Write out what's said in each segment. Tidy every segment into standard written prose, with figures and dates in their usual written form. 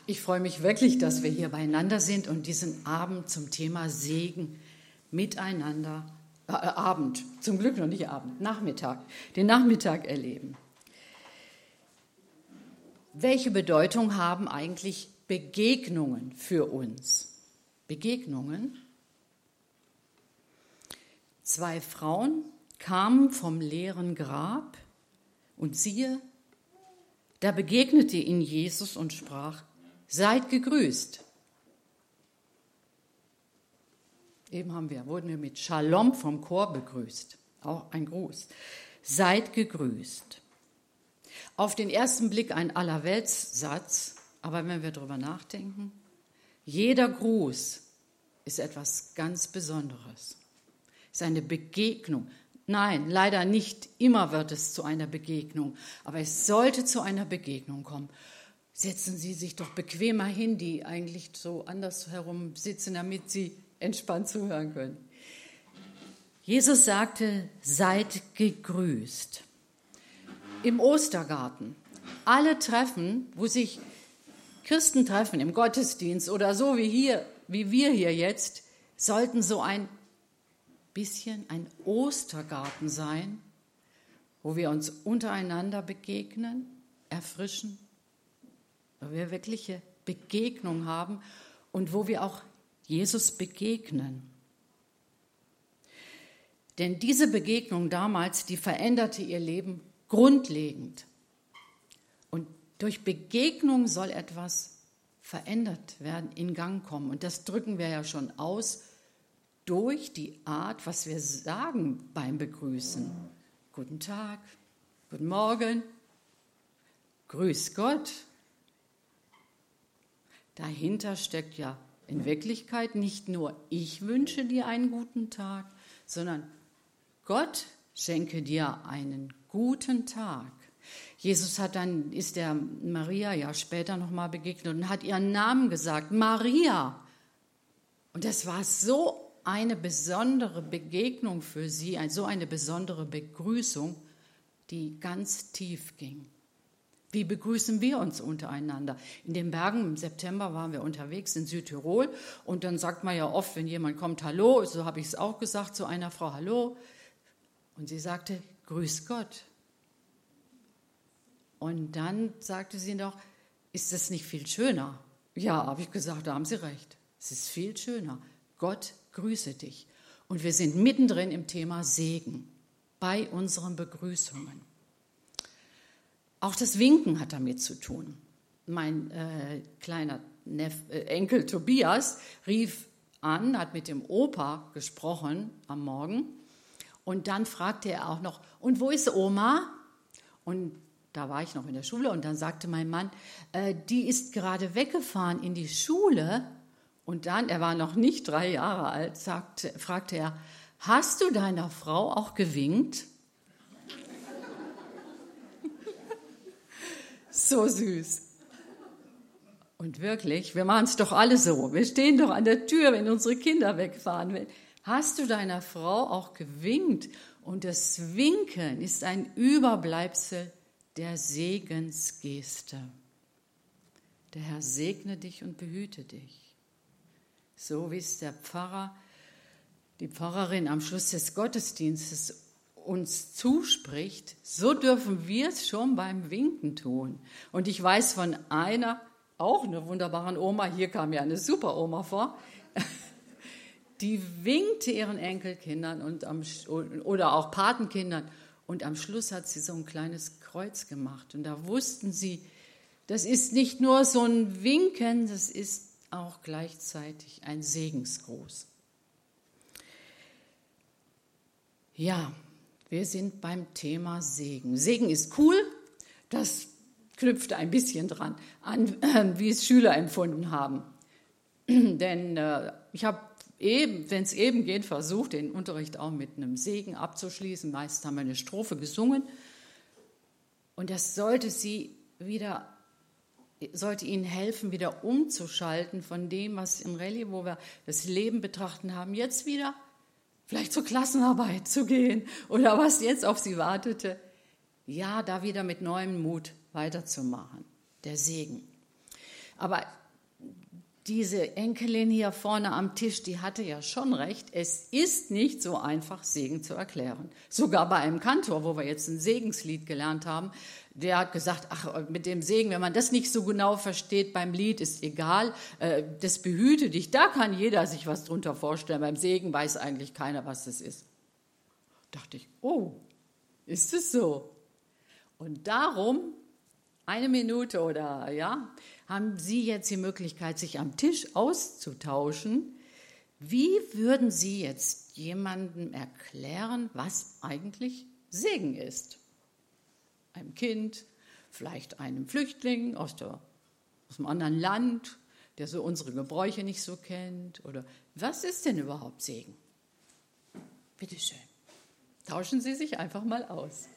Ich freue mich wirklich, dass wir hier beieinander sind und diesen Abend zum Thema Segen miteinander, Abend, zum Glück noch nicht Abend, Nachmittag, den Nachmittag erleben. Welche Bedeutung haben eigentlich Begegnungen für uns? Begegnungen? 2 Frauen kamen vom leeren Grab und siehe, da begegnete ihnen Jesus und sprach: Seid gegrüßt. Eben wurden wir mit Shalom vom Chor begrüßt. Auch ein Gruß. Seid gegrüßt. Auf den ersten Blick ein Allerweltssatz, aber wenn wir darüber nachdenken, jeder Gruß ist etwas ganz Besonderes. Ist eine Begegnung. Nein, leider nicht immer wird es zu einer Begegnung, aber es sollte zu einer Begegnung kommen. Setzen Sie sich doch bequemer hin, die eigentlich so andersherum sitzen, damit Sie entspannt zuhören können. Jesus sagte, seid gegrüßt. Im Ostergarten, alle Treffen, wo sich Christen treffen, im Gottesdienst oder so wie wir hier jetzt, sollten so ein bisschen ein Ostergarten sein, wo wir uns untereinander begegnen, erfrischen, wo wir wirkliche Begegnung haben und wo wir auch Jesus begegnen. Denn diese Begegnung damals, die veränderte ihr Leben grundlegend. Und durch Begegnung soll etwas verändert werden, in Gang kommen. Und das drücken wir ja schon aus durch die Art, was wir sagen beim Begrüßen. Guten Tag, guten Morgen, grüß Gott. Dahinter steckt ja in Wirklichkeit nicht nur ich wünsche dir einen guten Tag, sondern Gott schenke dir einen guten Tag. Jesus ist der Maria ja später nochmal begegnet und hat ihren Namen gesagt, Maria. Und das war so eine besondere Begegnung für sie, so eine besondere Begrüßung, die ganz tief ging. Wie begrüßen wir uns untereinander? In den Bergen im September waren wir unterwegs in Südtirol und dann sagt man ja oft, wenn jemand kommt, Hallo, so habe ich es auch gesagt zu einer Frau, Hallo. Und sie sagte, Grüß Gott. Und dann sagte sie noch, ist das nicht viel schöner? Ja, habe ich gesagt, da haben Sie recht. Es ist viel schöner. Gott grüße dich. Und wir sind mittendrin im Thema Segen bei unseren Begrüßungen. Auch das Winken hat damit zu tun. Mein kleiner Enkel Tobias rief an, hat mit dem Opa gesprochen am Morgen und dann fragte er auch noch, und wo ist Oma? Und da war ich noch in der Schule und dann sagte mein Mann, die ist gerade weggefahren in die Schule. Und dann, er war noch nicht 3 Jahre alt, fragte er, hast du deiner Frau auch gewinkt? So süß. Und wirklich, wir machen es doch alle so. Wir stehen doch an der Tür, wenn unsere Kinder wegfahren. Hast du deiner Frau auch gewinkt? Und das Winken ist ein Überbleibsel der Segensgeste. Der Herr segne dich und behüte dich. So wie es der Pfarrer, die Pfarrerin am Schluss des Gottesdienstes uns zuspricht, so dürfen wir es schon beim Winken tun. Und ich weiß von einer, auch einer wunderbaren Oma, hier kam ja eine super Oma vor, die winkte ihren Enkelkindern oder auch Patenkindern und am Schluss hat sie so ein kleines Kreuz gemacht. Und da wussten sie, das ist nicht nur so ein Winken, das ist auch gleichzeitig ein Segensgruß. Ja, wir sind beim Thema Segen. Segen ist cool, das knüpft ein bisschen dran an, wie es Schüler empfunden haben. Denn ich habe wenn es eben geht, versucht, den Unterricht auch mit einem Segen abzuschließen. Meist haben wir eine Strophe gesungen. Und das sollte Ihnen helfen, wieder umzuschalten von dem, was in Rallye, wo wir das Leben betrachten haben, jetzt wieder vielleicht zur Klassenarbeit zu gehen oder was jetzt auf Sie wartete. Ja, da wieder mit neuem Mut weiterzumachen. Der Segen. Aber diese Enkelin hier vorne am Tisch, die hatte ja schon recht. Es ist nicht so einfach, Segen zu erklären. Sogar bei einem Kantor, wo wir jetzt ein Segenslied gelernt haben, der hat gesagt, ach, mit dem Segen, wenn man das nicht so genau versteht beim Lied, ist egal, das behüte dich. Da kann jeder sich was drunter vorstellen. Beim Segen weiß eigentlich keiner, was das ist. Dachte ich, oh, ist es so? Und darum, 1 Minute oder ja, haben Sie jetzt die Möglichkeit, sich am Tisch auszutauschen. Wie würden Sie jetzt jemandem erklären, was eigentlich Segen ist? Einem Kind, vielleicht einem Flüchtling aus einem anderen Land, der so unsere Gebräuche nicht so kennt. Oder was ist denn überhaupt Segen? Bitte schön. Tauschen Sie sich einfach mal aus.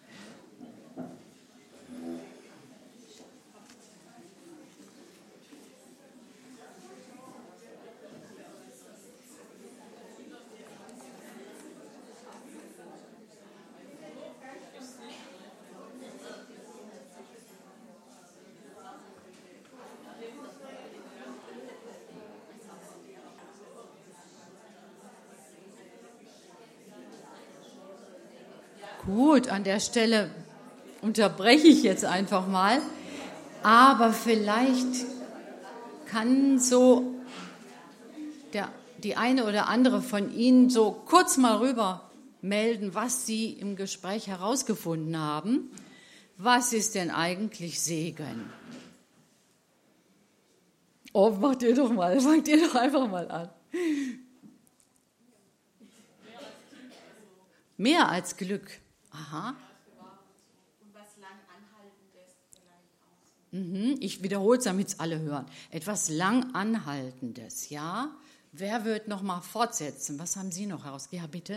Gut, an der Stelle unterbreche ich jetzt einfach mal, aber vielleicht kann so die eine oder andere von Ihnen so kurz mal rüber melden, was Sie im Gespräch herausgefunden haben. Was ist denn eigentlich Segen? Oh, fangt ihr doch einfach mal an. Mehr als Glück. Aha. Und was lang Anhaltendes vielleicht auch. Ich wiederhole es, damit es alle hören. Etwas lang Anhaltendes, ja? Wer wird noch mal fortsetzen? Was haben Sie noch heraus? Ja, bitte.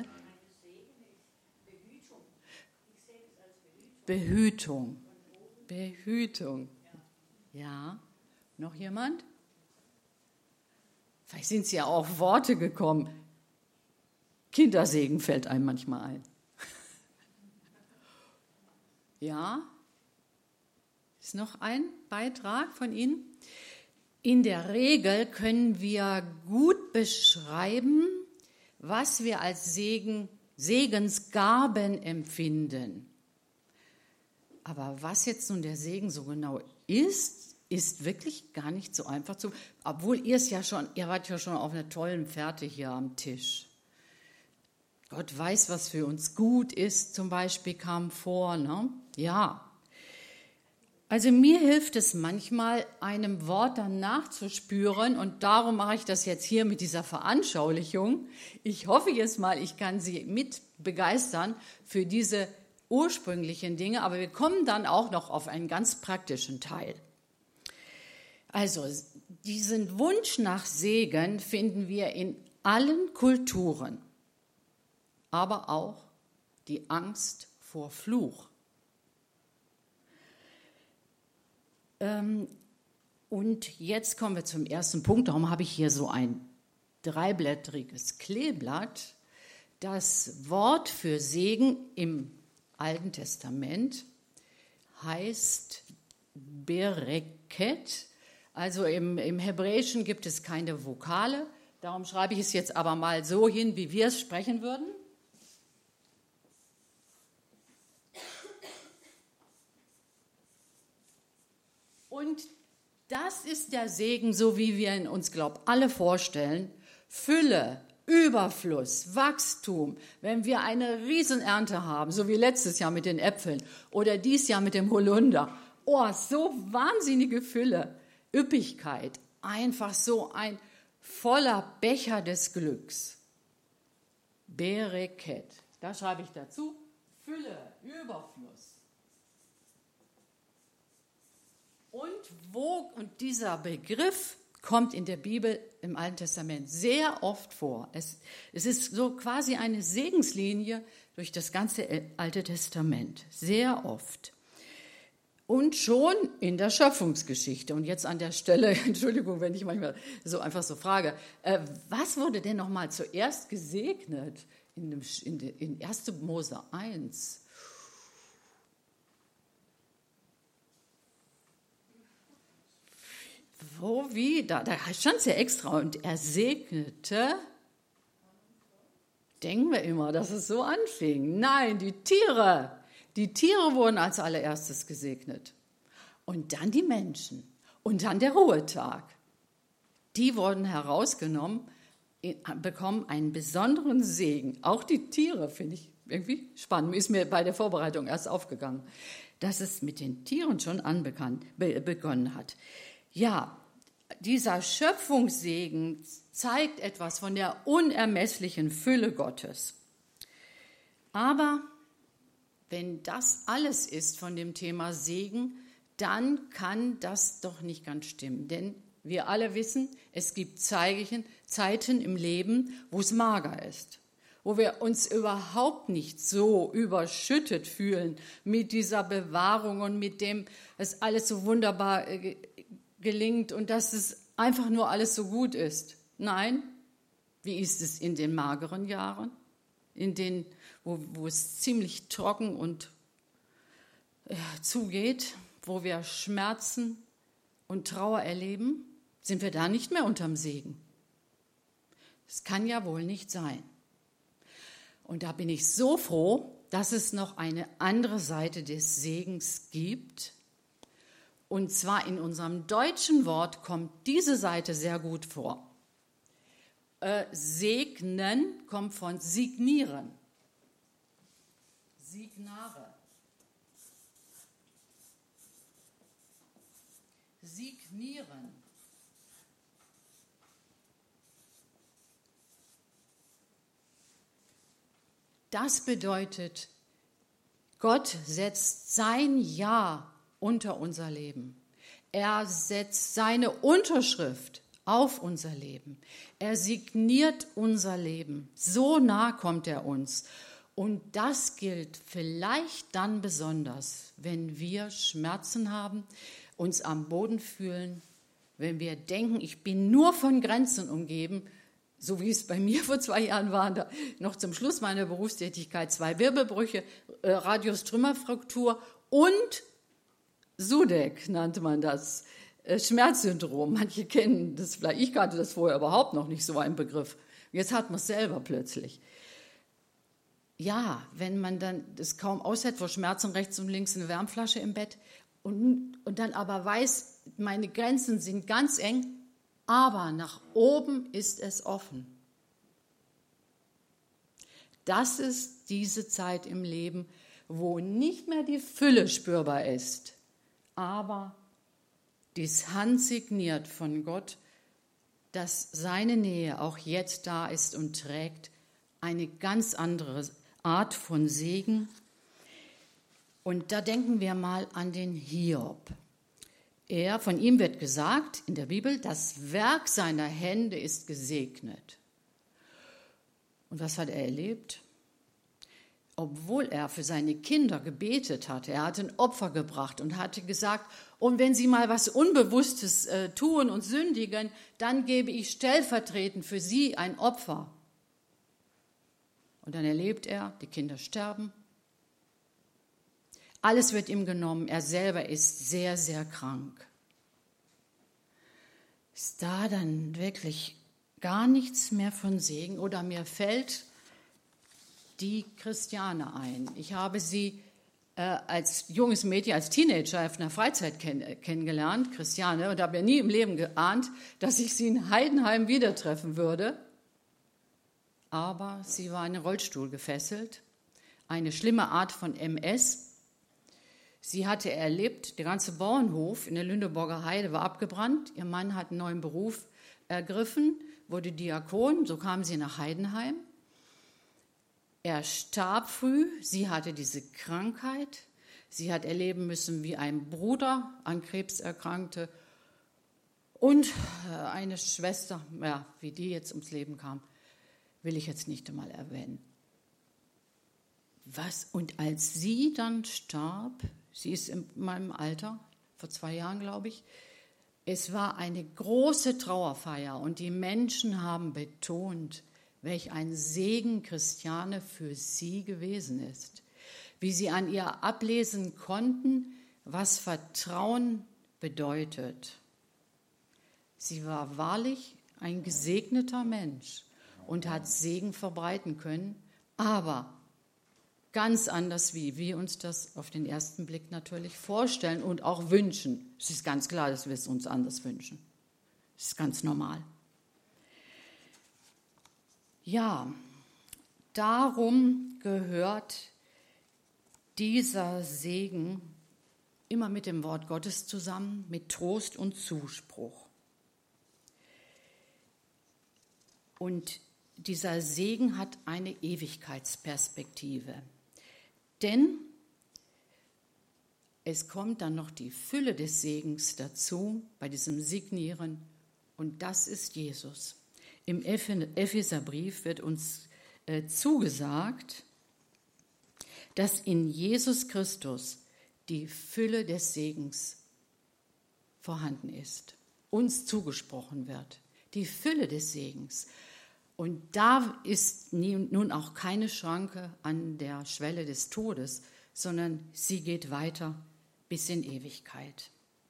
Behütung. Behütung. Ja. Noch jemand? Vielleicht sind Sie ja auch auf Worte gekommen. Kindersegen fällt einem manchmal ein. Ja? Ist noch ein Beitrag von Ihnen? In der Regel können wir gut beschreiben, was wir als Segensgaben empfinden. Aber was jetzt nun der Segen so genau ist wirklich gar nicht so einfach zu, obwohl ihr wart ja schon auf einer tollen Fährte hier am Tisch. Gott weiß, was für uns gut ist, zum Beispiel kam vor, ne? Ja. Also mir hilft es manchmal, einem Wort dann nachzuspüren und darum mache ich das jetzt hier mit dieser Veranschaulichung. Ich hoffe jetzt mal, ich kann Sie mit begeistern für diese ursprünglichen Dinge, aber wir kommen dann auch noch auf einen ganz praktischen Teil. Also diesen Wunsch nach Segen finden wir in allen Kulturen, aber auch die Angst vor Fluch. Und jetzt kommen wir zum ersten Punkt. Darum habe ich hier so ein 3-blättriges Kleeblatt. Das Wort für Segen im Alten Testament heißt Bereket. Also im Hebräischen gibt es keine Vokale. Darum schreibe ich es jetzt aber mal so hin, wie wir es sprechen würden. Und das ist der Segen, so wie wir ihn uns, alle vorstellen. Fülle, Überfluss, Wachstum. Wenn wir eine Riesenernte haben, so wie letztes Jahr mit den Äpfeln oder dieses Jahr mit dem Holunder. Oh, so wahnsinnige Fülle, Üppigkeit. Einfach so ein voller Becher des Glücks. Bereket. Da schreibe ich dazu. Fülle, Überfluss. Und dieser Begriff kommt in der Bibel im Alten Testament sehr oft vor. Es ist so quasi eine Segenslinie durch das ganze Alte Testament, sehr oft. Und schon in der Schöpfungsgeschichte. Und jetzt an der Stelle, Entschuldigung, wenn ich manchmal so einfach so frage, was wurde denn noch mal zuerst gesegnet in 1. Mose 1? Da stand es ja extra. Und er segnete, denken wir immer, dass es so anfing. Nein, die Tiere. Die Tiere wurden als allererstes gesegnet. Und dann die Menschen. Und dann der Ruhetag. Die wurden herausgenommen, bekommen einen besonderen Segen. Auch die Tiere, finde ich irgendwie spannend. Ist mir bei der Vorbereitung erst aufgegangen, dass es mit den Tieren schon begonnen hat. Ja, dieser Schöpfungssegen zeigt etwas von der unermesslichen Fülle Gottes. Aber wenn das alles ist von dem Thema Segen, dann kann das doch nicht ganz stimmen. Denn wir alle wissen, es gibt Zeiten im Leben, wo es mager ist, wo wir uns überhaupt nicht so überschüttet fühlen mit dieser Bewahrung und mit dem, dass alles so wunderbar gelingt und dass es einfach nur alles so gut ist. Nein, wie ist es in den mageren Jahren, in denen, wo es ziemlich trocken und zugeht, wo wir Schmerzen und Trauer erleben? Sind wir da nicht mehr unterm Segen? Das kann ja wohl nicht sein. Und da bin ich so froh, dass es noch eine andere Seite des Segens gibt. Und zwar in unserem deutschen Wort kommt diese Seite sehr gut vor. Segnen kommt von signieren. Signare. Signieren. Das bedeutet, Gott setzt sein Ja unter unser Leben. Er setzt seine Unterschrift auf unser Leben. Er signiert unser Leben. So nah kommt er uns. Und das gilt vielleicht dann besonders, wenn wir Schmerzen haben, uns am Boden fühlen, wenn wir denken, ich bin nur von Grenzen umgeben, so wie es bei mir vor 2 Jahren war, da noch zum Schluss meiner Berufstätigkeit 2 Wirbelbrüche, Radius-Trümmerfraktur und SUDEC nannte man das, Schmerzsyndrom. Manche kennen das vielleicht, ich kannte das vorher überhaupt noch nicht, so ein Begriff. Jetzt hat man es selber plötzlich. Ja, wenn man dann das kaum aushält vor Schmerzen, rechts und links eine Wärmflasche im Bett und dann aber weiß, meine Grenzen sind ganz eng, aber nach oben ist es offen. Das ist diese Zeit im Leben, wo nicht mehr die Fülle spürbar ist, aber dies handsigniert von Gott, dass seine Nähe auch jetzt da ist und trägt eine ganz andere Art von Segen. Und da denken wir mal an den Hiob. Von ihm wird gesagt in der Bibel, das Werk seiner Hände ist gesegnet. Und was hat er erlebt? Obwohl er für seine Kinder gebetet hatte, er hatte ein Opfer gebracht und hatte gesagt, und wenn sie mal was Unbewusstes tun und sündigen, dann gebe ich stellvertretend für sie ein Opfer. Und dann erlebt er, die Kinder sterben. Alles wird ihm genommen, er selber ist sehr, sehr krank. Ist da dann wirklich gar nichts mehr von Segen? Oder mir fällt die Christiane ein. Ich habe sie als junges Mädchen, als Teenager auf einer Freizeit kennengelernt, Christiane, und habe ja nie im Leben geahnt, dass ich sie in Heidenheim wieder treffen würde. Aber sie war in den Rollstuhl gefesselt, eine schlimme Art von MS. Sie hatte erlebt, der ganze Bauernhof in der Lündeburger Heide war abgebrannt. Ihr Mann hat einen neuen Beruf ergriffen, wurde Diakon, so kam sie nach Heidenheim. Er starb früh, sie hatte diese Krankheit. Sie hat erleben müssen, wie ein Bruder an Krebs erkrankte und eine Schwester, ja, wie die jetzt ums Leben kam, will ich jetzt nicht einmal erwähnen. Und als sie dann starb, sie ist in meinem Alter, vor 2 Jahren, glaube ich, es war eine große Trauerfeier und die Menschen haben betont, welch ein Segen Christiane für sie gewesen ist. Wie sie an ihr ablesen konnten, was Vertrauen bedeutet. Sie war wahrlich ein gesegneter Mensch und hat Segen verbreiten können, aber ganz anders, wie wir uns das auf den ersten Blick natürlich vorstellen und auch wünschen. Es ist ganz klar, dass wir es uns anders wünschen. Das ist ganz normal. Ja, darum gehört dieser Segen immer mit dem Wort Gottes zusammen, mit Trost und Zuspruch. Und dieser Segen hat eine Ewigkeitsperspektive. Denn es kommt dann noch die Fülle des Segens dazu bei diesem Signieren und das ist Jesus. Im Epheserbrief wird uns zugesagt, dass in Jesus Christus die Fülle des Segens vorhanden ist, uns zugesprochen wird. Die Fülle des Segens. Und da ist nun auch keine Schranke an der Schwelle des Todes, sondern sie geht weiter bis in Ewigkeit.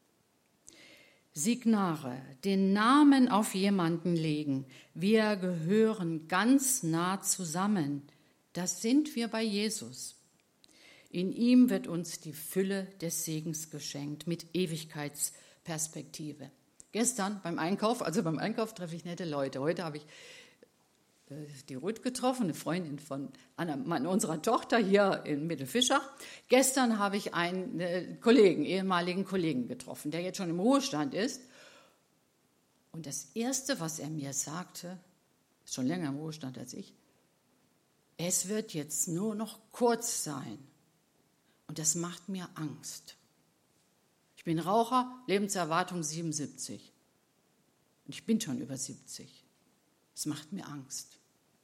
Signare, den Namen auf jemanden legen, wir gehören ganz nah zusammen. Das sind wir bei Jesus. In ihm wird uns die Fülle des Segens geschenkt mit Ewigkeitsperspektive. Gestern beim Einkauf treffe ich nette Leute. Heute habe ich die Ruth getroffen, eine Freundin von unserer Tochter hier in Mittelfischach. Gestern habe ich einen ehemaligen Kollegen getroffen, der jetzt schon im Ruhestand ist. Und das Erste, was er mir sagte, ist schon länger im Ruhestand als ich, es wird jetzt nur noch kurz sein. Und das macht mir Angst. Ich bin Raucher, Lebenserwartung 77. Und ich bin schon über 70. Das macht mir Angst.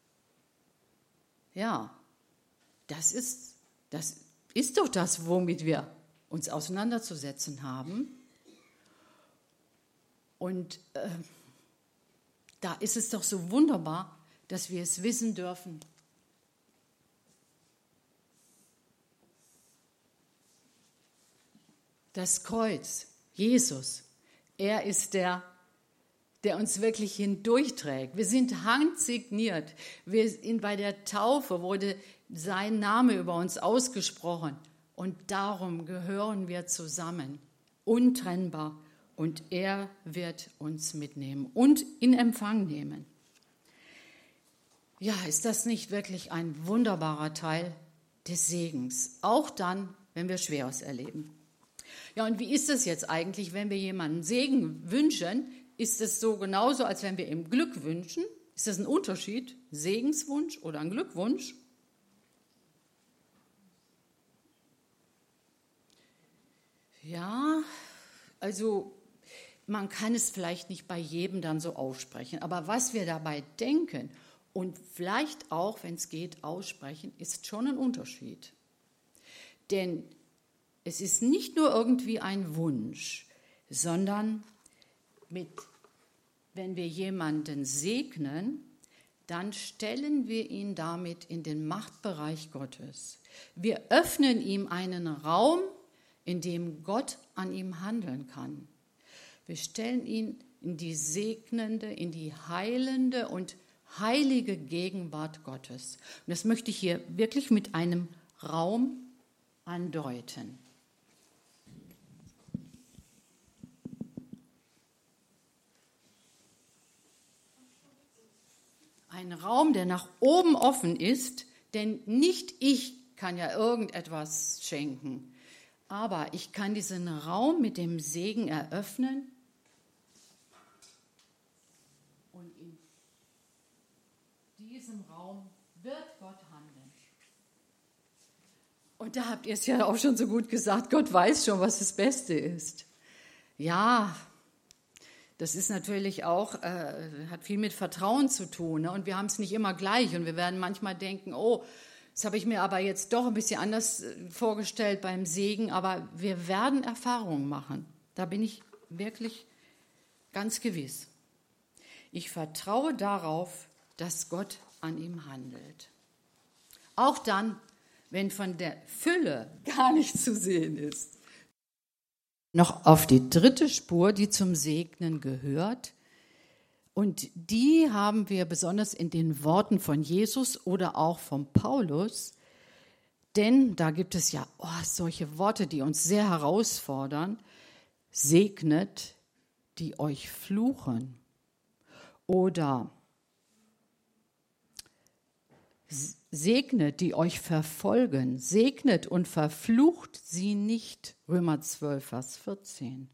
Ja, das ist doch das, womit wir uns auseinanderzusetzen haben. Und da ist es doch so wunderbar, dass wir es wissen dürfen. Das Kreuz, Jesus, er ist der uns wirklich hindurchträgt. Wir sind handsigniert. Bei der Taufe wurde sein Name über uns ausgesprochen. Und darum gehören wir zusammen, untrennbar. Und er wird uns mitnehmen und in Empfang nehmen. Ja, ist das nicht wirklich ein wunderbarer Teil des Segens? Auch dann, wenn wir Schweres erleben. Ja, und wie ist es jetzt eigentlich, wenn wir jemanden Segen wünschen? Ist es so genauso, als wenn wir ihm Glück wünschen? Ist das ein Unterschied? Segenswunsch oder ein Glückwunsch? Ja, also man kann es vielleicht nicht bei jedem dann so aussprechen, aber was wir dabei denken und vielleicht auch, wenn es geht, aussprechen, ist schon ein Unterschied. Denn es ist nicht nur irgendwie ein Wunsch, sondern wenn wir jemanden segnen, dann stellen wir ihn damit in den Machtbereich Gottes. Wir öffnen ihm einen Raum, in dem Gott an ihm handeln kann. Wir stellen ihn in die segnende, in die heilende und heilige Gegenwart Gottes. Und das möchte ich hier wirklich mit einem Raum andeuten. Ein Raum, der nach oben offen ist, denn nicht ich kann ja irgendetwas schenken, aber ich kann diesen Raum mit dem Segen eröffnen und in diesem Raum wird Gott handeln. Und da habt ihr es ja auch schon so gut gesagt, Gott weiß schon, was das Beste ist. Ja, das ist natürlich auch, hat viel mit Vertrauen zu tun. Ne? Und wir haben es nicht immer gleich. Und wir werden manchmal denken, oh, das habe ich mir aber jetzt doch ein bisschen anders vorgestellt beim Segen. Aber wir werden Erfahrungen machen. Da bin ich wirklich ganz gewiss. Ich vertraue darauf, dass Gott an ihm handelt. Auch dann, wenn von der Fülle gar nichts zu sehen ist. Noch auf die dritte Spur, die zum Segnen gehört, Und die haben wir besonders in den Worten von Jesus oder auch von Paulus, denn da gibt es ja solche Worte, die uns sehr herausfordern. Segnet, die euch fluchen. Oder segnet, die euch verfolgen. Segnet und verflucht sie nicht. Römer 12, Vers 14.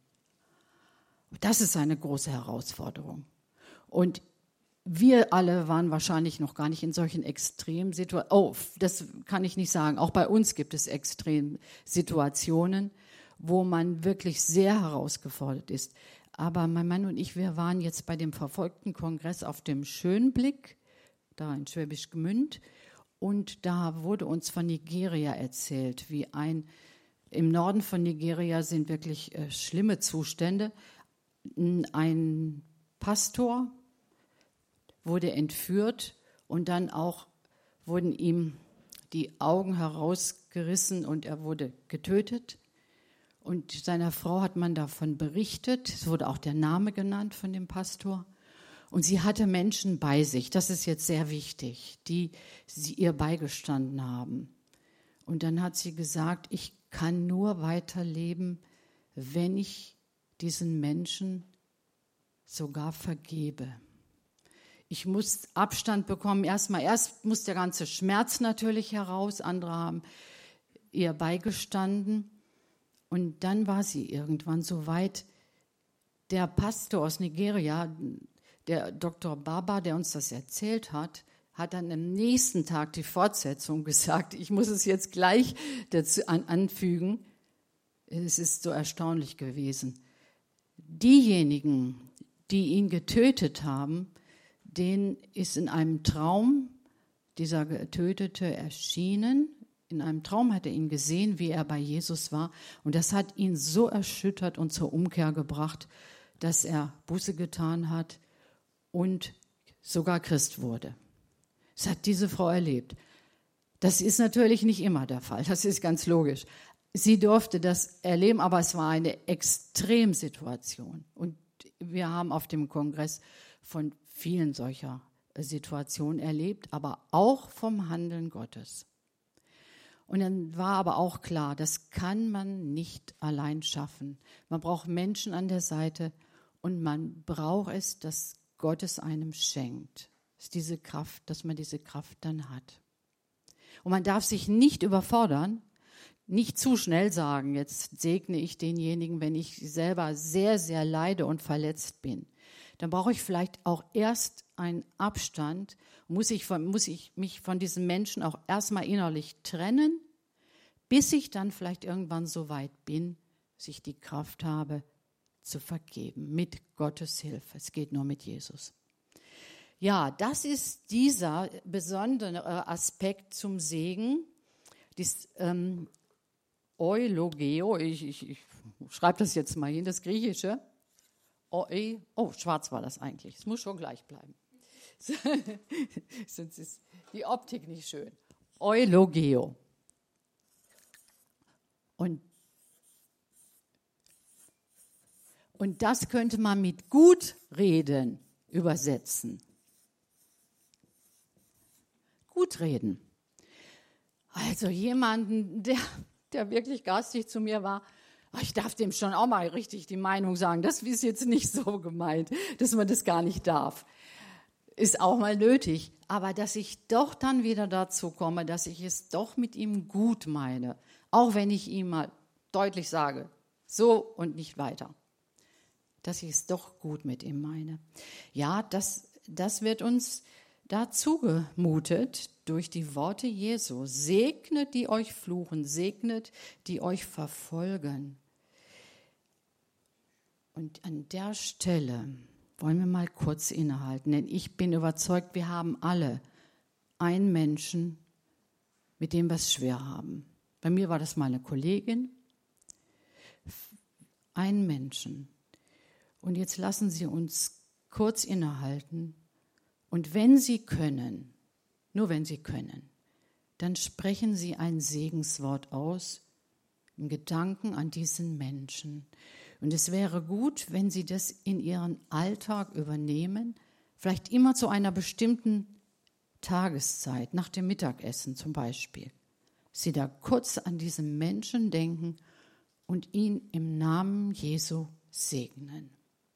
Das ist eine große Herausforderung. Und wir alle waren wahrscheinlich noch gar nicht in solchen Extremsituationen. Das kann ich nicht sagen. Auch bei uns gibt es Extremsituationen, wo man wirklich sehr herausgefordert ist. Aber mein Mann und ich, wir waren jetzt bei dem verfolgten Kongress auf dem Schönblick, da in Schwäbisch Gmünd. Und da wurde uns von Nigeria erzählt, im Norden von Nigeria sind wirklich schlimme Zustände. Ein Pastor wurde entführt und dann auch wurden ihm die Augen herausgerissen und er wurde getötet. Und seiner Frau hat man davon berichtet. Es wurde auch der Name genannt von dem Pastor. Und sie hatte Menschen bei sich, das ist jetzt sehr wichtig, die sie ihr beigestanden haben. Und dann hat sie gesagt, ich kann nur weiterleben, wenn ich diesen Menschen sogar vergebe. Ich muss Abstand bekommen. Erst muss der ganze Schmerz natürlich heraus. Andere haben ihr beigestanden. Und dann war sie irgendwann so weit. Der Pastor aus Nigeria, der Dr. Baba, der uns das erzählt hat, hat dann am nächsten Tag die Fortsetzung gesagt. Ich muss es jetzt gleich dazu anfügen. Es ist so erstaunlich gewesen. Diejenigen, die ihn getötet haben, denen ist in einem Traum dieser Getötete erschienen. In einem Traum hat er ihn gesehen, wie er bei Jesus war. Und das hat ihn so erschüttert und zur Umkehr gebracht, dass er Buße getan hat und sogar Christ wurde. Das hat diese Frau erlebt. Das ist natürlich nicht immer der Fall, das ist ganz logisch. Sie durfte das erleben, aber es war eine Extremsituation. Und wir haben auf dem Kongress von vielen solcher Situationen erlebt, aber auch vom Handeln Gottes. Und dann war aber auch klar, das kann man nicht allein schaffen. Man braucht Menschen an der Seite und man braucht es, dass Gott es einem schenkt. Das ist diese Kraft, dass man diese Kraft dann hat. Und man darf sich nicht überfordern, nicht zu schnell sagen, jetzt segne ich denjenigen, wenn ich selber sehr, sehr leide und verletzt bin. Dann brauche ich vielleicht auch erst einen Abstand, muss ich mich von diesem Menschen auch erstmal innerlich trennen, bis ich dann vielleicht irgendwann so weit bin, dass ich die Kraft habe, zu vergeben, mit Gottes Hilfe. Es geht nur mit Jesus. Ja, das ist dieser besondere Aspekt zum Segen, das Eulogeo, ich schreibe das jetzt mal hin, das Griechische. Schwarz war das eigentlich. Es muss schon gleich bleiben. Sonst ist die Optik nicht schön. Eulogeo. Und das könnte man mit Gutreden übersetzen. Gutreden. Also jemanden, der wirklich garstig zu mir war, ich darf dem schon auch mal richtig die Meinung sagen. Das ist jetzt nicht so gemeint, dass man das gar nicht darf. Ist auch mal nötig. Aber dass ich doch dann wieder dazu komme, dass ich es doch mit ihm gut meine. Auch wenn ich ihm mal deutlich sage, so und nicht weiter. Dass ich es doch gut mit ihm meine. Ja, das wird uns dazu gemutet durch die Worte Jesu. Segnet, die euch fluchen, segnet, die euch verfolgen. Und an der Stelle wollen wir mal kurz innehalten, denn ich bin überzeugt, wir haben alle einen Menschen, mit dem wir es schwer haben. Bei mir war das mal eine Kollegin, einen Menschen. Und jetzt lassen Sie uns kurz innehalten und wenn Sie können, nur wenn Sie können, dann sprechen Sie ein Segenswort aus im Gedanken an diesen Menschen. Und es wäre gut, wenn Sie das in Ihren Alltag übernehmen, Vielleicht immer zu einer bestimmten Tageszeit, nach dem Mittagessen zum Beispiel. Sie da kurz an diesen Menschen denken und ihn im Namen Jesu segnen.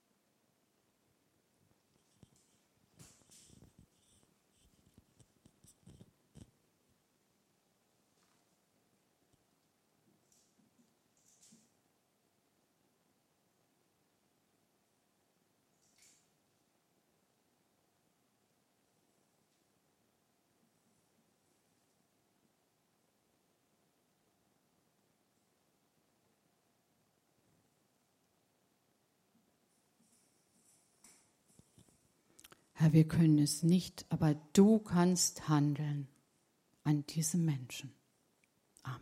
Herr, wir können es nicht, aber du kannst handeln an diesem Menschen. Amen.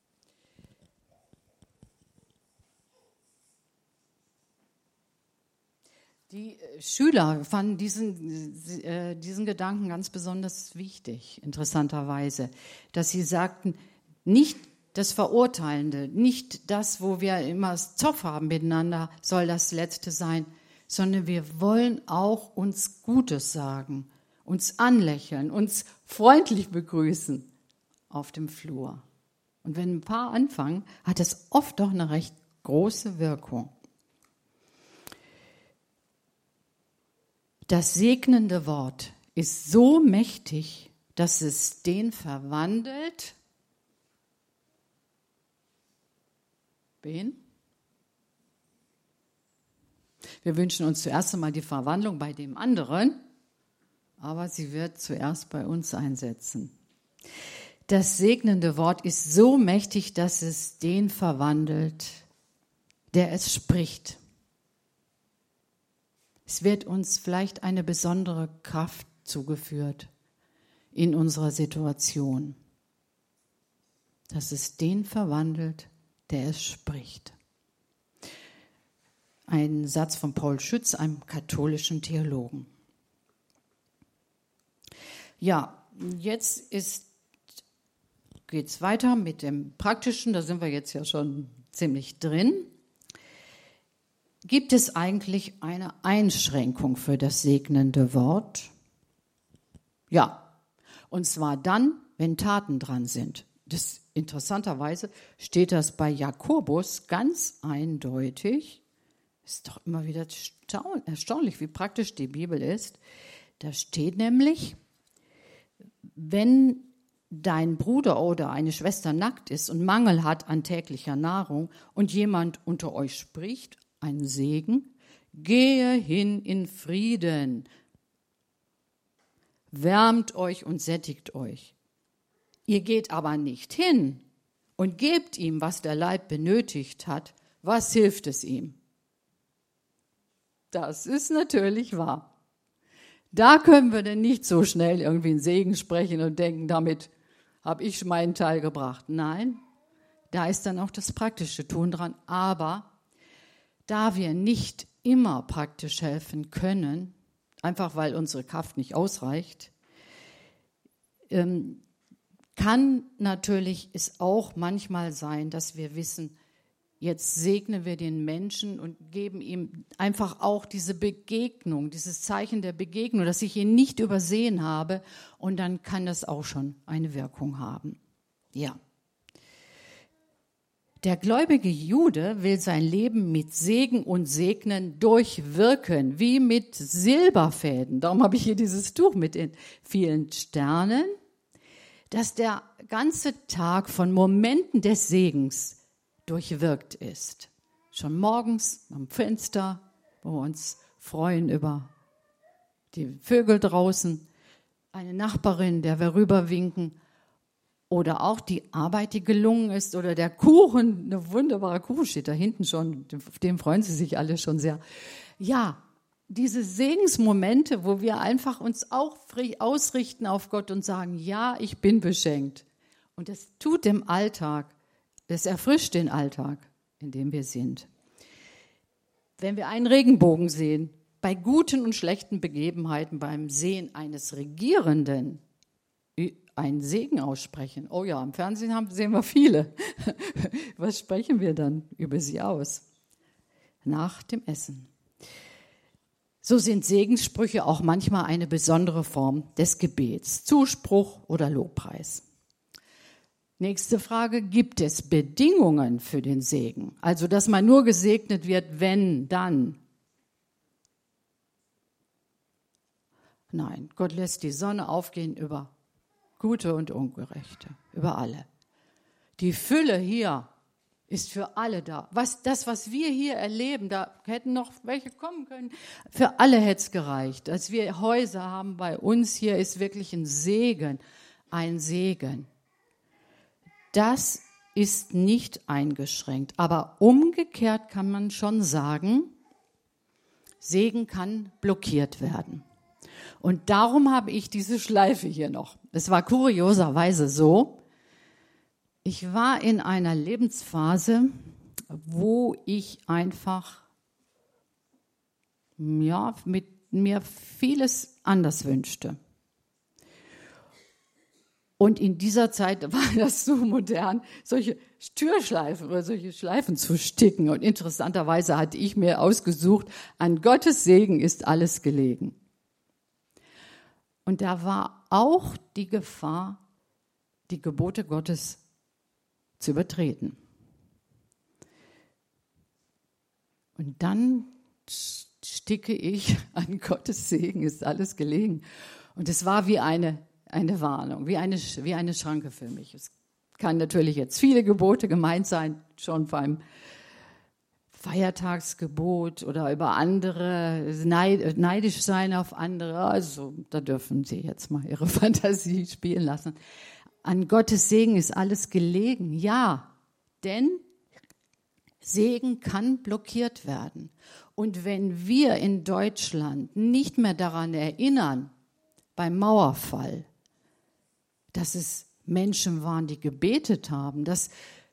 Die Schüler fanden diesen Gedanken ganz besonders wichtig, interessanterweise, dass sie sagten, nicht das Verurteilende, nicht das, wo wir immer Zoff haben miteinander, soll das Letzte sein, sondern wir wollen auch uns Gutes sagen, uns anlächeln, uns freundlich begrüßen auf dem Flur. Und wenn ein paar anfangen, hat das oft doch eine recht große Wirkung. Das segnende Wort ist so mächtig, dass es den verwandelt. Wen? Wir wünschen uns zuerst einmal die Verwandlung bei dem anderen, aber sie wird zuerst bei uns einsetzen. Das segnende Wort ist so mächtig, dass es den verwandelt, der es spricht. Es wird uns vielleicht eine besondere Kraft zugeführt in unserer Situation, dass es den verwandelt, der es spricht. Ein Satz von Paul Schütz, einem katholischen Theologen. Ja, jetzt geht es weiter mit dem Praktischen, da sind wir jetzt ja schon ziemlich drin. Gibt es eigentlich eine Einschränkung für das segnende Wort? Ja, und zwar dann, wenn Taten dran sind. Interessanterweise steht das bei Jakobus ganz eindeutig. Ist doch immer wieder erstaunlich, wie praktisch die Bibel ist. Da steht nämlich, wenn dein Bruder oder eine Schwester nackt ist und Mangel hat an täglicher Nahrung und jemand unter euch spricht, ein Segen, gehe hin in Frieden, wärmt euch und sättigt euch. Ihr geht aber nicht hin und gebt ihm, was der Leib benötigt hat. Was hilft es ihm? Das ist natürlich wahr. Da können wir denn nicht so schnell irgendwie einen Segen sprechen und denken, damit habe ich meinen Teil gebracht. Nein, da ist dann auch das praktische Tun dran. Aber da wir nicht immer praktisch helfen können, einfach weil unsere Kraft nicht ausreicht, kann natürlich es auch manchmal sein, dass wir wissen, jetzt segnen wir den Menschen und geben ihm einfach auch diese Begegnung, dieses Zeichen der Begegnung, dass ich ihn nicht übersehen habe, und dann kann das auch schon eine Wirkung haben. Ja. Der gläubige Jude will sein Leben mit Segen und Segnen durchwirken, wie mit Silberfäden. Darum habe ich hier dieses Tuch mit den vielen Sternen, dass der ganze Tag von Momenten des Segens durchwirkt ist. Schon morgens am Fenster, wo wir uns freuen über die Vögel draußen, eine Nachbarin, der wir rüberwinken, oder auch die Arbeit, die gelungen ist, oder der Kuchen, eine wunderbare Kuchen steht da hinten schon, auf den freuen sie sich alle schon sehr. Ja, diese Segensmomente, wo wir einfach uns auch ausrichten auf Gott und sagen, ja, ich bin beschenkt. Und das tut dem Alltag, das erfrischt den Alltag, in dem wir sind. Wenn wir einen Regenbogen sehen, bei guten und schlechten Begebenheiten, beim Sehen eines Regierenden, einen Segen aussprechen. Oh ja, im Fernsehen sehen wir viele. Was sprechen wir dann über sie aus? Nach dem Essen. So sind Segenssprüche auch manchmal eine besondere Form des Gebets, Zuspruch oder Lobpreis. Nächste Frage, gibt es Bedingungen für den Segen? Also, dass man nur gesegnet wird, wenn, dann. Nein, Gott lässt die Sonne aufgehen über Gute und Ungerechte, über alle. Die Fülle hier ist für alle da. Was wir hier erleben, da hätten noch welche kommen können. Für alle hätte es gereicht. Dass wir Häuser haben bei uns hier, ist wirklich ein Segen. Ein Segen. Das ist nicht eingeschränkt. Aber umgekehrt kann man schon sagen, Segen kann blockiert werden. Und darum habe ich diese Schleife hier noch. Es war kurioserweise so, ich war in einer Lebensphase, wo ich einfach mit mir vieles anders wünschte. Und in dieser Zeit war das so modern, solche Türschleifen oder solche Schleifen zu sticken. Und interessanterweise hatte ich mir ausgesucht, an Gottes Segen ist alles gelegen. Und da war auch die Gefahr, die Gebote Gottes zu übertreten. Und dann sticke ich, an Gottes Segen ist alles gelegen. Und es war wie eine Warnung, wie eine Schranke für mich. Es kann natürlich jetzt viele Gebote gemeint sein, schon beim Feiertagsgebot oder über andere, neidisch sein auf andere. Also da dürfen Sie jetzt mal Ihre Fantasie spielen lassen. An Gottes Segen ist alles gelegen, ja, denn Segen kann blockiert werden. Und wenn wir in Deutschland nicht mehr daran erinnern, beim Mauerfall, dass es Menschen waren, die gebetet haben, dass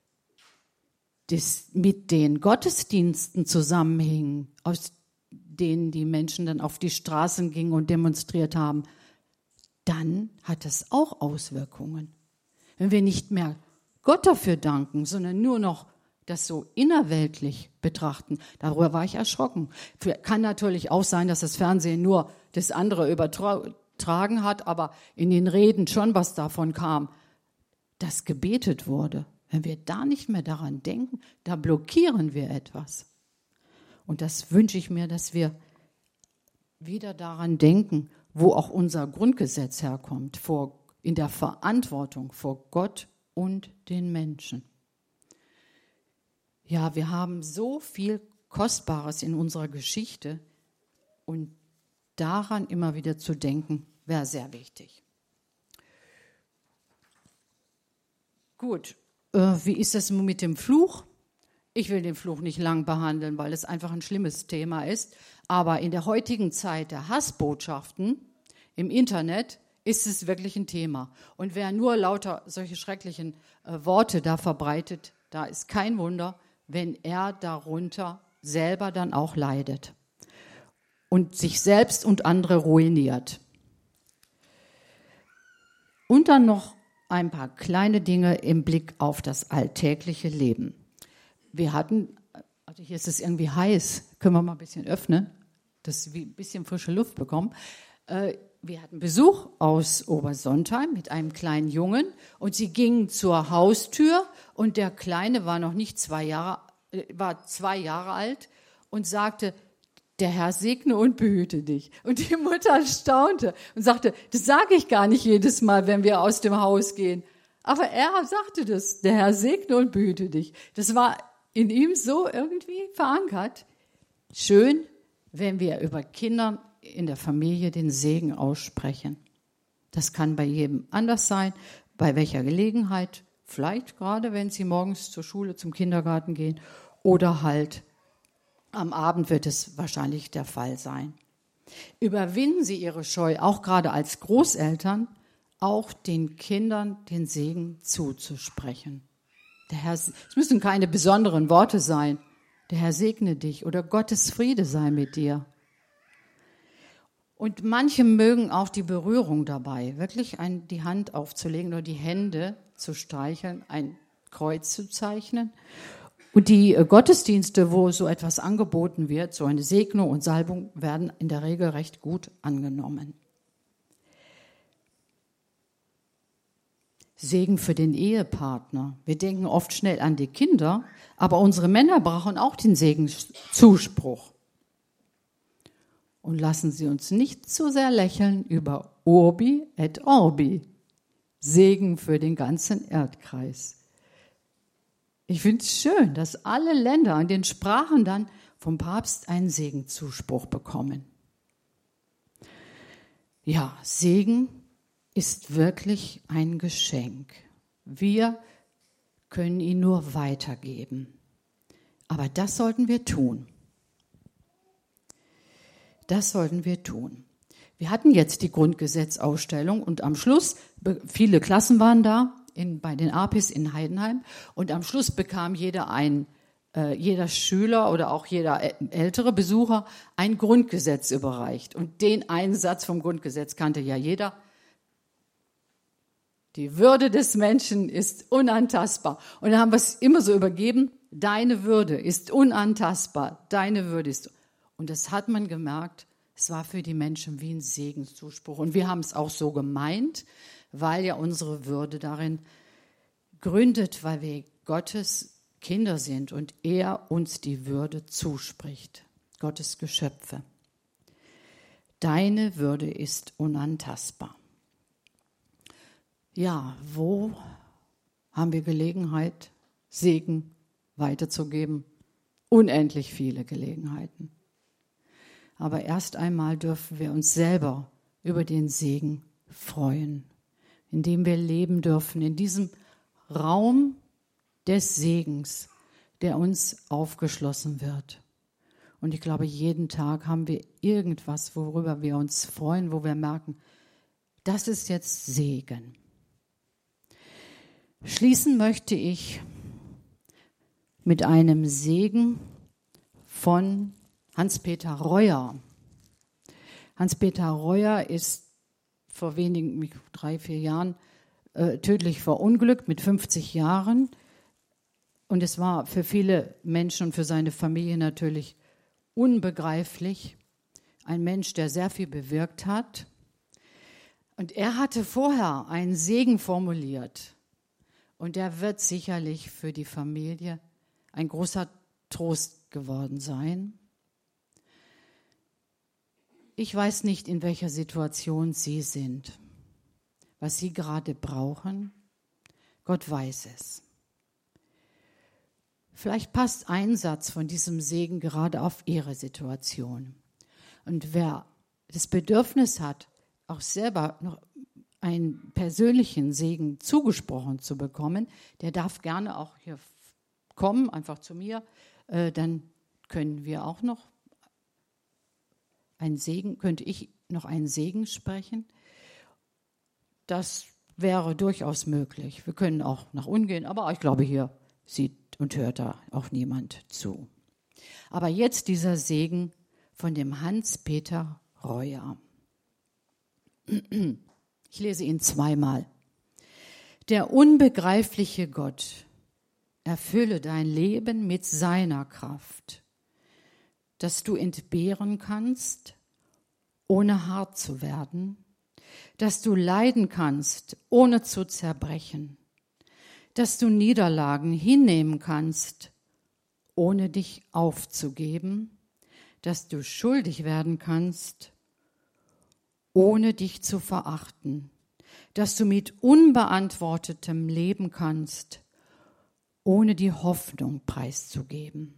das mit den Gottesdiensten zusammenhing, aus denen die Menschen dann auf die Straßen gingen und demonstriert haben, dann hat das auch Auswirkungen. Wenn wir nicht mehr Gott dafür danken, sondern nur noch das so innerweltlich betrachten, darüber war ich erschrocken. Kann natürlich auch sein, dass das Fernsehen nur das andere übertragen hat, aber in den Reden schon was davon kam, dass gebetet wurde. Wenn wir da nicht mehr daran denken, da blockieren wir etwas. Und das wünsche ich mir, dass wir wieder daran denken, wo auch unser Grundgesetz herkommt, in der Verantwortung vor Gott und den Menschen. Ja, wir haben so viel Kostbares in unserer Geschichte und daran immer wieder zu denken, wäre sehr wichtig. Gut, wie ist es mit dem Fluch? Ich will den Fluch nicht lang behandeln, weil es einfach ein schlimmes Thema ist. Aber in der heutigen Zeit der Hassbotschaften im Internet ist es wirklich ein Thema. Und wer nur lauter solche schrecklichen Worte da verbreitet, da ist kein Wunder, wenn er darunter selber dann auch leidet und sich selbst und andere ruiniert. Und dann noch ein paar kleine Dinge im Blick auf das alltägliche Leben. Wir hatten, also hier ist es irgendwie heiß, können wir mal ein bisschen öffnen, dass wir ein bisschen frische Luft bekommen. Wir hatten Besuch aus Obersontheim mit einem kleinen Jungen und sie gingen zur Haustür und der Kleine war noch nicht 2 Jahre alt und sagte, der Herr segne und behüte dich. Und die Mutter staunte und sagte, das sage ich gar nicht jedes Mal, wenn wir aus dem Haus gehen. Aber er sagte das, der Herr segne und behüte dich. Das war in ihm so irgendwie verankert. Schön, wenn wir über Kinder in der Familie den Segen aussprechen. Das kann bei jedem anders sein, bei welcher Gelegenheit, vielleicht gerade, wenn sie morgens zur Schule, zum Kindergarten gehen oder halt am Abend wird es wahrscheinlich der Fall sein. Überwinden Sie Ihre Scheu, auch gerade als Großeltern, auch den Kindern den Segen zuzusprechen. Der Herr, es müssen keine besonderen Worte sein. Der Herr segne dich oder Gottes Friede sei mit dir. Und manche mögen auch die Berührung dabei, wirklich die Hand aufzulegen oder die Hände zu streicheln, ein Kreuz zu zeichnen Und die Gottesdienste, wo so etwas angeboten wird, so eine Segnung und Salbung, werden in der Regel recht gut angenommen. Segen für den Ehepartner. Wir denken oft schnell an die Kinder, aber unsere Männer brauchen auch den Segenszuspruch. Und lassen Sie uns nicht zu sehr lächeln über Urbi et Orbi. Segen für den ganzen Erdkreis. Ich finde es schön, dass alle Länder in den Sprachen dann vom Papst einen Segenzuspruch bekommen. Ja, Segen ist wirklich ein Geschenk. Wir können ihn nur weitergeben. Aber das sollten wir tun. Das sollten wir tun. Wir hatten jetzt die Grundgesetzausstellung und am Schluss, viele Klassen waren da, bei den APIS in Heidenheim, und am Schluss bekam jeder Schüler oder auch jeder ältere Besucher ein Grundgesetz überreicht. Und den einen Satz vom Grundgesetz kannte ja jeder. Die Würde des Menschen ist unantastbar. Und dann haben wir es immer so übergeben, deine Würde ist unantastbar, deine Würde ist. Und das hat man gemerkt, es war für die Menschen wie ein Segenszuspruch. Und wir haben es auch so gemeint, weil ja unsere Würde darin gründet, weil wir Gottes Kinder sind und er uns die Würde zuspricht, Gottes Geschöpfe. Deine Würde ist unantastbar. Ja, wo haben wir Gelegenheit, Segen weiterzugeben? Unendlich viele Gelegenheiten. Aber erst einmal dürfen wir uns selber über den Segen freuen, indem wir leben dürfen in diesem Raum des Segens, der uns aufgeschlossen wird. Und ich glaube, jeden Tag haben wir irgendwas, worüber wir uns freuen, wo wir merken, das ist jetzt Segen. Schließen möchte ich mit einem Segen von Hans-Peter Reuer. Hans-Peter Reuer ist vor wenigen 3-4 Jahren tödlich verunglückt mit 50 Jahren. Und es war für viele Menschen und für seine Familie natürlich unbegreiflich. Ein Mensch, der sehr viel bewirkt hat. Und er hatte vorher einen Segen formuliert. Und der wird sicherlich für die Familie ein großer Trost geworden sein. Ich weiß nicht, in welcher Situation Sie sind, was Sie gerade brauchen. Gott weiß es. Vielleicht passt ein Satz von diesem Segen gerade auf Ihre Situation. Und wer das Bedürfnis hat, auch selber noch einen persönlichen Segen zugesprochen zu bekommen, der darf gerne auch hier kommen, einfach zu mir. Dann können wir auch noch könnte ich noch einen Segen sprechen. Das wäre durchaus möglich. Wir können auch nach unten gehen, aber ich glaube, hier sieht und hört da auch niemand zu. Aber jetzt dieser Segen von dem Hans-Peter Reuer. Ich lese ihn zweimal. Der unbegreifliche Gott erfülle dein Leben mit seiner Kraft, dass du entbehren kannst, ohne hart zu werden, dass du leiden kannst, ohne zu zerbrechen, dass du Niederlagen hinnehmen kannst, ohne dich aufzugeben, dass du schuldig werden kannst, ohne dich zu verachten, dass du mit unbeantwortetem leben kannst, ohne die Hoffnung preiszugeben.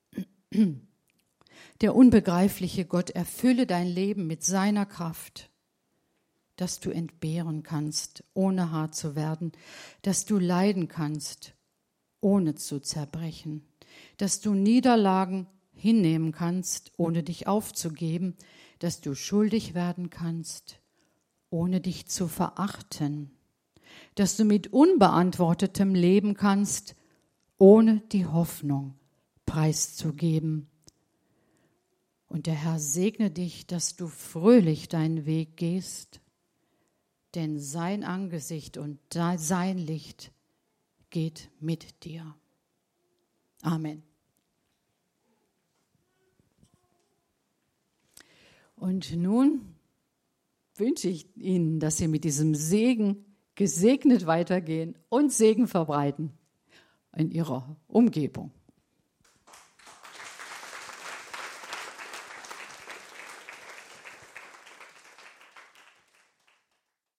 Der unbegreifliche Gott erfülle dein Leben mit seiner Kraft, dass du entbehren kannst, ohne hart zu werden, dass du leiden kannst, ohne zu zerbrechen, dass du Niederlagen hinnehmen kannst, ohne dich aufzugeben, dass du schuldig werden kannst, ohne dich zu verachten, dass du mit unbeantwortetem leben kannst, ohne die Hoffnung preiszugeben. Und der Herr segne dich, dass du fröhlich deinen Weg gehst, denn sein Angesicht und sein Licht geht mit dir. Amen. Und nun wünsche ich Ihnen, dass Sie mit diesem Segen gesegnet weitergehen und Segen verbreiten in Ihrer Umgebung.